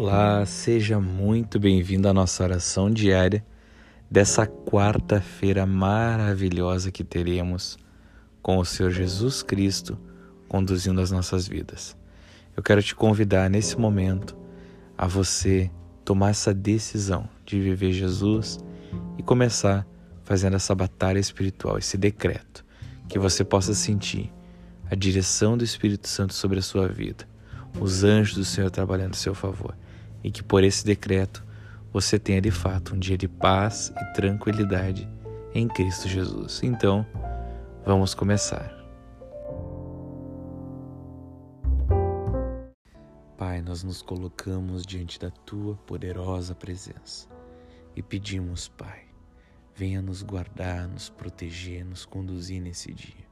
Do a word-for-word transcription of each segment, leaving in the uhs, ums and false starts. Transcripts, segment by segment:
Olá, seja muito bem-vindo à nossa oração diária dessa quarta-feira maravilhosa que teremos com o Senhor Jesus Cristo conduzindo as nossas vidas. Eu quero te convidar nesse momento a você tomar essa decisão de viver Jesus e começar fazendo essa batalha espiritual, esse decreto, que você possa sentir a direção do Espírito Santo sobre a sua vida, os anjos do Senhor trabalhando a seu favor, e que por esse decreto você tenha de fato um dia de paz e tranquilidade em Cristo Jesus. Então, vamos começar. Pai, nós nos colocamos diante da Tua poderosa presença e pedimos, Pai, venha nos guardar, nos proteger, nos conduzir nesse dia.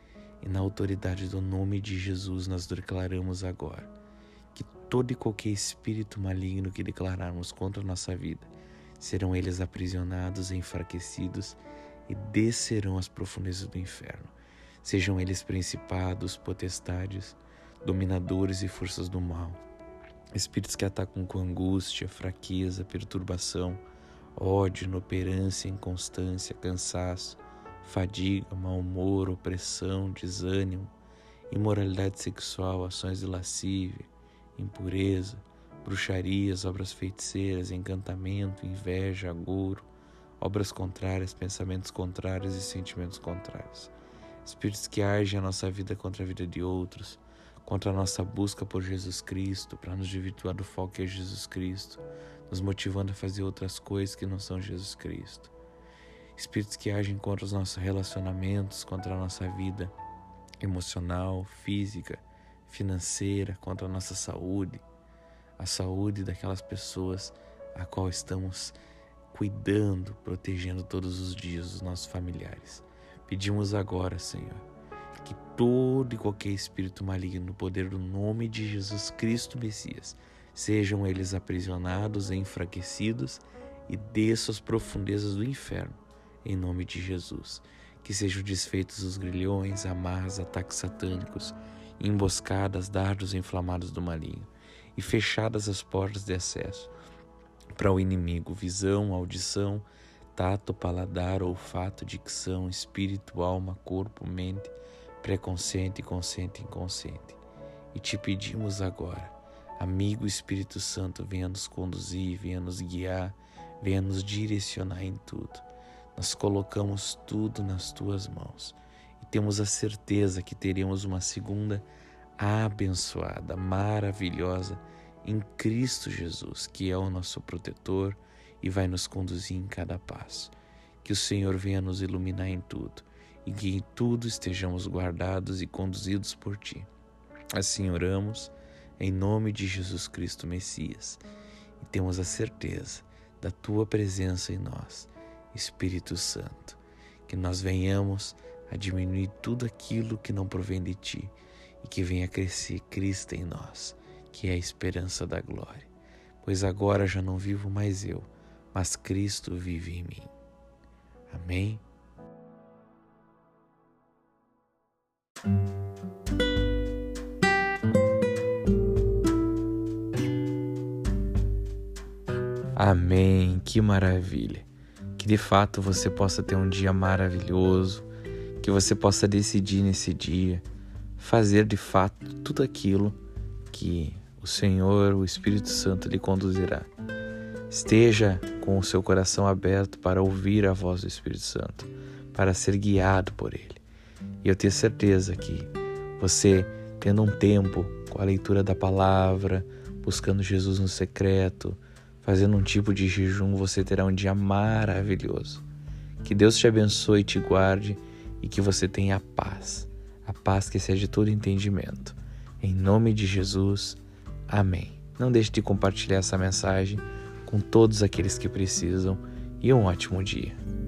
E na autoridade do nome de Jesus nós declaramos agora que todo e qualquer espírito maligno que declararmos contra a nossa vida, serão eles aprisionados e enfraquecidos e descerão às profundezas do inferno. Sejam eles principados, potestades, dominadores e forças do mal, espíritos que atacam com angústia, fraqueza, perturbação, ódio, inoperância, inconstância, cansaço, fadiga, mau humor, opressão, desânimo, imoralidade sexual, ações de lascívia, impureza, bruxarias, obras feiticeiras, encantamento, inveja, agouro, obras contrárias, pensamentos contrários e sentimentos contrários. Espíritos que agem a nossa vida contra a vida de outros, contra a nossa busca por Jesus Cristo, para nos desvirtuar do foco que é Jesus Cristo, nos motivando a fazer outras coisas que não são Jesus Cristo. Espíritos que agem contra os nossos relacionamentos, contra a nossa vida emocional, física, financeira, contra a nossa saúde, a saúde daquelas pessoas a qual estamos cuidando, protegendo todos os dias os nossos familiares. Pedimos agora, Senhor, que todo e qualquer espírito maligno, no poder do nome de Jesus Cristo Messias, sejam eles aprisionados e enfraquecidos e desçam às profundezas do inferno, em nome de Jesus. Que sejam desfeitos os grilhões, amarras, ataques satânicos, emboscadas, dardos inflamados do maligno, e fechadas as portas de acesso para o inimigo, visão, audição, tato, paladar, olfato, dicção, espírito, alma, corpo, mente, pré-consciente, consciente e inconsciente. E te pedimos agora, amigo Espírito Santo, venha nos conduzir, venha nos guiar, venha nos direcionar em tudo. Nós colocamos tudo nas Tuas mãos e temos a certeza que teremos uma segunda abençoada, maravilhosa em Cristo Jesus, que é o nosso protetor e vai nos conduzir em cada passo. Que o Senhor venha nos iluminar em tudo e que em tudo estejamos guardados e conduzidos por Ti. Assim oramos em nome de Jesus Cristo Messias e temos a certeza da Tua presença em nós, Espírito Santo, que nós venhamos a diminuir tudo aquilo que não provém de Ti e que venha crescer Cristo em nós, que é a esperança da glória. Pois agora já não vivo mais eu, mas Cristo vive em mim. Amém? Amém, que maravilha! Que de fato você possa ter um dia maravilhoso, que você possa decidir nesse dia fazer de fato tudo aquilo que o Senhor, o Espírito Santo lhe conduzirá. Esteja com o seu coração aberto para ouvir a voz do Espírito Santo, para ser guiado por Ele. E eu tenho certeza que você, tendo um tempo com a leitura da palavra, buscando Jesus no secreto, fazendo um tipo de jejum, você terá um dia maravilhoso. Que Deus te abençoe e te guarde e que você tenha a paz, a paz que excede todo entendimento. Em nome de Jesus, amém. Não deixe de compartilhar essa mensagem com todos aqueles que precisam e um ótimo dia.